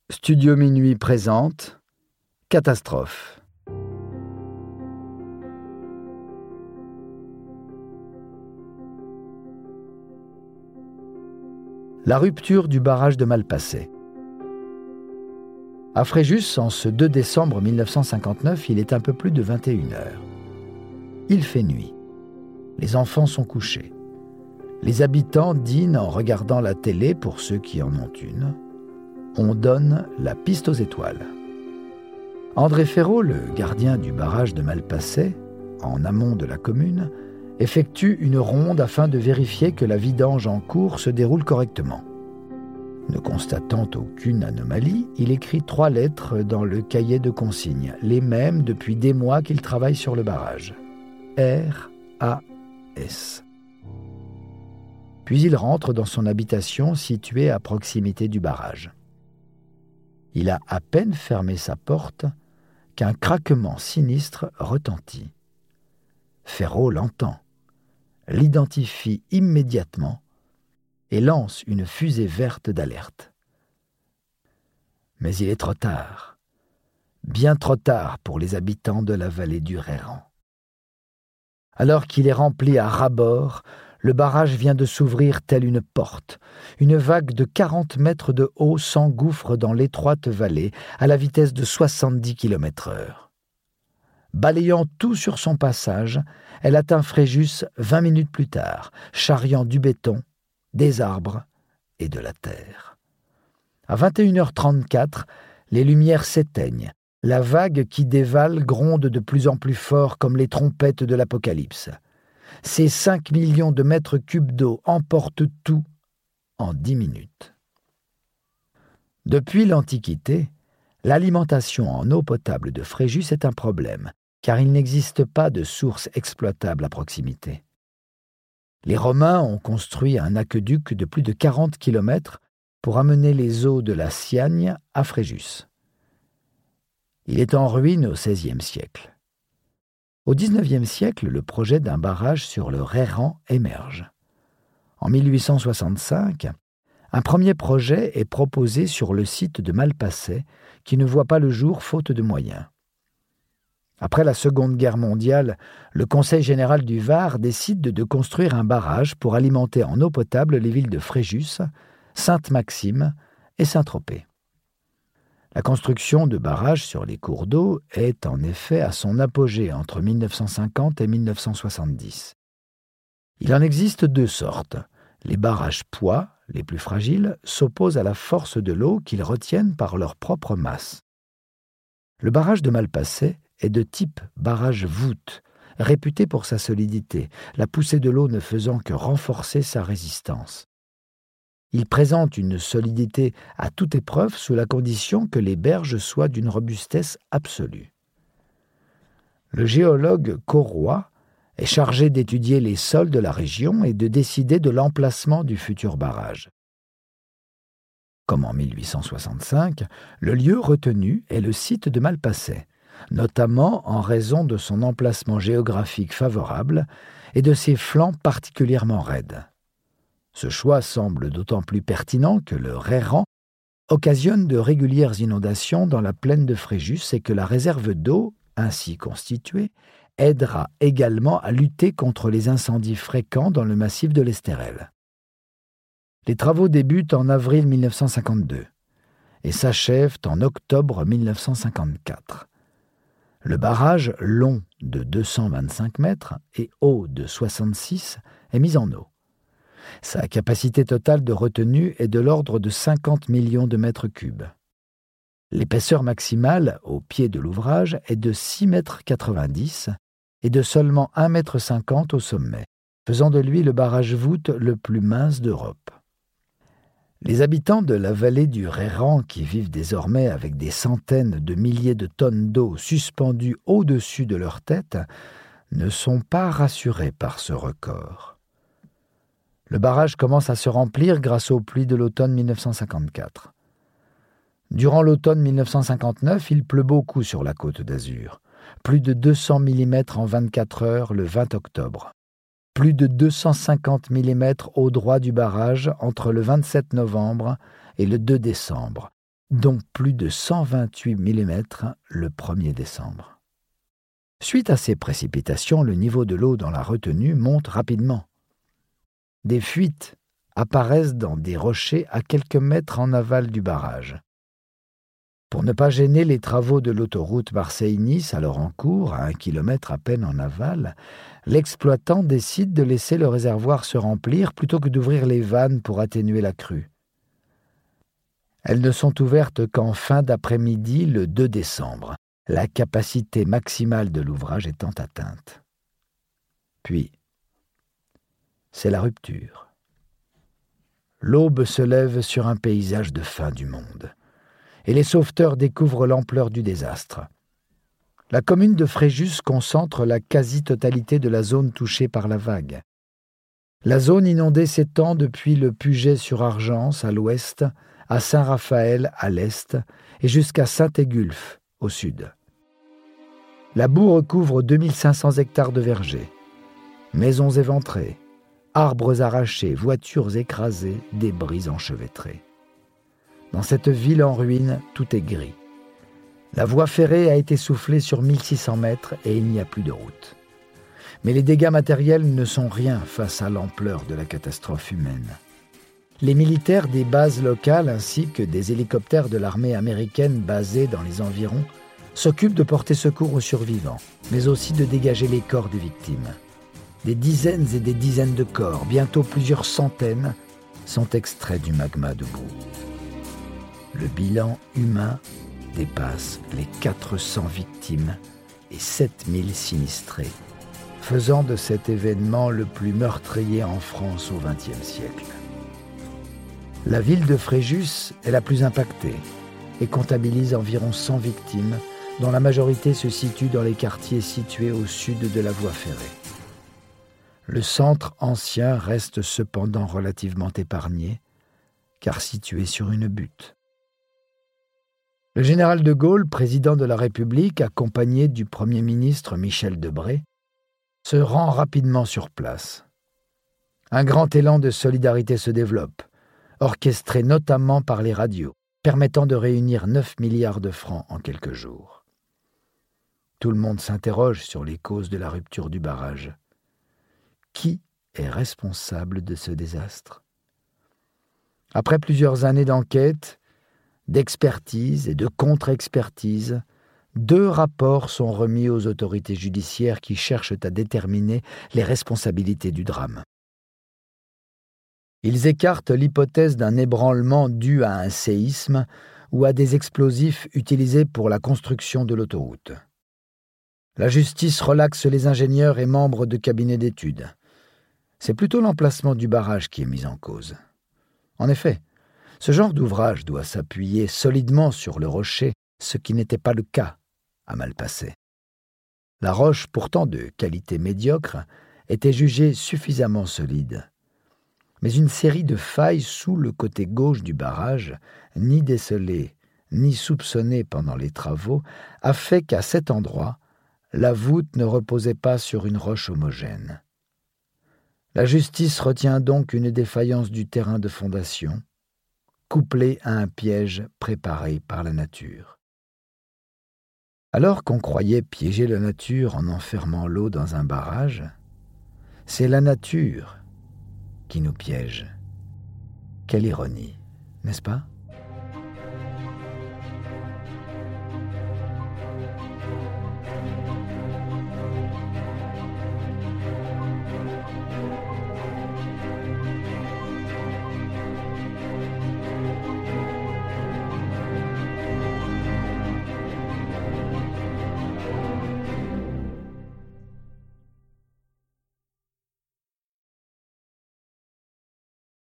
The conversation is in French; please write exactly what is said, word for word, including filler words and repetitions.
Studio Minuit présente Catastrophe. La rupture du barrage de Malpasset. À Fréjus, en ce deux décembre mille neuf cent cinquante-neuf, il est un peu plus de vingt et une heures. Il fait nuit. Les enfants sont couchés. Les habitants dînent en regardant la télé pour ceux qui en ont une. On donne la piste aux étoiles. André Ferraud, le gardien du barrage de Malpasset, en amont de la commune, effectue une ronde afin de vérifier que la vidange en cours se déroule correctement. Ne constatant aucune anomalie, il écrit trois lettres dans le cahier de consignes, les mêmes depuis des mois qu'il travaille sur le barrage. R A S. Puis il rentre dans son habitation située à proximité du barrage. Il a à peine fermé sa porte qu'un craquement sinistre retentit. Ferraud l'entend, l'identifie immédiatement et lance une fusée verte d'alerte. Mais il est trop tard, bien trop tard pour les habitants de la vallée du Rairan. Alors qu'il est rempli à ras-bord, le barrage vient de s'ouvrir telle une porte. Une vague de quarante mètres de haut s'engouffre dans l'étroite vallée à la vitesse de soixante-dix kilomètres heure. Balayant tout sur son passage, elle atteint Fréjus vingt minutes plus tard, charriant du béton, des arbres et de la terre. À vingt et une heures trente-quatre, les lumières s'éteignent. La vague qui dévale gronde de plus en plus fort comme les trompettes de l'Apocalypse. Ces cinq millions de mètres cubes d'eau emportent tout en dix minutes. Depuis l'Antiquité, l'alimentation en eau potable de Fréjus est un problème, car il n'existe pas de source exploitable à proximité. Les Romains ont construit un aqueduc de plus de quarante kilomètres pour amener les eaux de la Siagne à Fréjus. Il est en ruine au seizième siècle. Au dix-neuvième siècle, le projet d'un barrage sur le Rairan émerge. En mille huit cent soixante-cinq, un premier projet est proposé sur le site de Malpasset qui ne voit pas le jour faute de moyens. Après la Seconde Guerre mondiale, le Conseil général du Var décide de construire un barrage pour alimenter en eau potable les villes de Fréjus, Sainte-Maxime et Saint-Tropez. La construction de barrages sur les cours d'eau est en effet à son apogée entre mille neuf cent cinquante et mille neuf cent soixante-dix. Il en existe deux sortes. Les barrages poids, les plus fragiles, s'opposent à la force de l'eau qu'ils retiennent par leur propre masse. Le barrage de Malpasset est de type barrage voûte, réputé pour sa solidité, la poussée de l'eau ne faisant que renforcer sa résistance. Il présente une solidité à toute épreuve sous la condition que les berges soient d'une robustesse absolue. Le géologue Corroy est chargé d'étudier les sols de la région et de décider de l'emplacement du futur barrage. Comme en mille huit cent soixante-cinq, le lieu retenu est le site de Malpasset, notamment en raison de son emplacement géographique favorable et de ses flancs particulièrement raides. Ce choix semble d'autant plus pertinent que le Rairan occasionne de régulières inondations dans la plaine de Fréjus et que la réserve d'eau, ainsi constituée, aidera également à lutter contre les incendies fréquents dans le massif de l'Estérel. Les travaux débutent en avril mille neuf cent cinquante-deux et s'achèvent en octobre mille neuf cent cinquante-quatre. Le barrage, long de deux cent vingt-cinq mètres et haut de soixante-six, est mis en eau. Sa capacité totale de retenue est de l'ordre de cinquante millions de mètres cubes. L'épaisseur maximale, au pied de l'ouvrage, est de six mètres quatre-vingt-dix et de seulement un mètre cinquante au sommet, faisant de lui le barrage voûte le plus mince d'Europe. Les habitants de la vallée du Rairan, qui vivent désormais avec des centaines de milliers de tonnes d'eau suspendues au-dessus de leur tête, ne sont pas rassurés par ce record. Le barrage commence à se remplir grâce aux pluies de l'automne mille neuf cent cinquante-quatre. Durant l'automne mille neuf cent cinquante-neuf, il pleut beaucoup sur la Côte d'Azur. Plus de deux cents millimètres en vingt-quatre heures le vingt octobre. Plus de deux cent cinquante millimètres au droit du barrage entre le vingt-sept novembre et le deux décembre, dont plus de cent vingt-huit millimètres le premier décembre. Suite à ces précipitations, le niveau de l'eau dans la retenue monte rapidement. Des fuites apparaissent dans des rochers à quelques mètres en aval du barrage. Pour ne pas gêner les travaux de l'autoroute Marseille-Nice, alors en cours, à un kilomètre à peine en aval, l'exploitant décide de laisser le réservoir se remplir plutôt que d'ouvrir les vannes pour atténuer la crue. Elles ne sont ouvertes qu'en fin d'après-midi le deux décembre, la capacité maximale de l'ouvrage étant atteinte. Puis, c'est la rupture. L'aube se lève sur un paysage de fin du monde, et les sauveteurs découvrent l'ampleur du désastre. La commune de Fréjus concentre la quasi-totalité de la zone touchée par la vague. La zone inondée s'étend depuis le Puget-sur-Argence à l'ouest, à Saint-Raphaël à l'est et jusqu'à Saint-Égulphe au sud. La boue recouvre deux mille cinq cents hectares de vergers. Maisons éventrées, arbres arrachés, voitures écrasées, débris enchevêtrés. Dans cette ville en ruine, tout est gris. La voie ferrée a été soufflée sur mille six cents mètres et il n'y a plus de route. Mais les dégâts matériels ne sont rien face à l'ampleur de la catastrophe humaine. Les militaires des bases locales ainsi que des hélicoptères de l'armée américaine basés dans les environs s'occupent de porter secours aux survivants, mais aussi de dégager les corps des victimes. Des dizaines et des dizaines de corps, bientôt plusieurs centaines, sont extraits du magma de boue. Le bilan humain dépasse les quatre cents victimes et sept mille sinistrés, faisant de cet événement le plus meurtrier en France au vingtième siècle. La ville de Fréjus est la plus impactée et comptabilise environ cent victimes, dont la majorité se situe dans les quartiers situés au sud de la voie ferrée. Le centre ancien reste cependant relativement épargné, car situé sur une butte. Le général de Gaulle, président de la République, accompagné du Premier ministre Michel Debré, se rend rapidement sur place. Un grand élan de solidarité se développe, orchestré notamment par les radios, permettant de réunir neuf milliards de francs en quelques jours. Tout le monde s'interroge sur les causes de la rupture du barrage. Qui est responsable de ce désastre ? Après plusieurs années d'enquête, d'expertise et de contre-expertise, deux rapports sont remis aux autorités judiciaires qui cherchent à déterminer les responsabilités du drame. Ils écartent l'hypothèse d'un ébranlement dû à un séisme ou à des explosifs utilisés pour la construction de l'autoroute. La justice relaxe les ingénieurs et membres de cabinets d'études. C'est plutôt l'emplacement du barrage qui est mis en cause. En effet, ce genre d'ouvrage doit s'appuyer solidement sur le rocher, ce qui n'était pas le cas à Malpasset. La roche, pourtant de qualité médiocre, était jugée suffisamment solide. Mais une série de failles sous le côté gauche du barrage, ni décelées, ni soupçonnées pendant les travaux, a fait qu'à cet endroit, la voûte ne reposait pas sur une roche homogène. La justice retient donc une défaillance du terrain de fondation, couplée à un piège préparé par la nature. Alors qu'on croyait piéger la nature en enfermant l'eau dans un barrage, c'est la nature qui nous piège. Quelle ironie, n'est-ce pas ?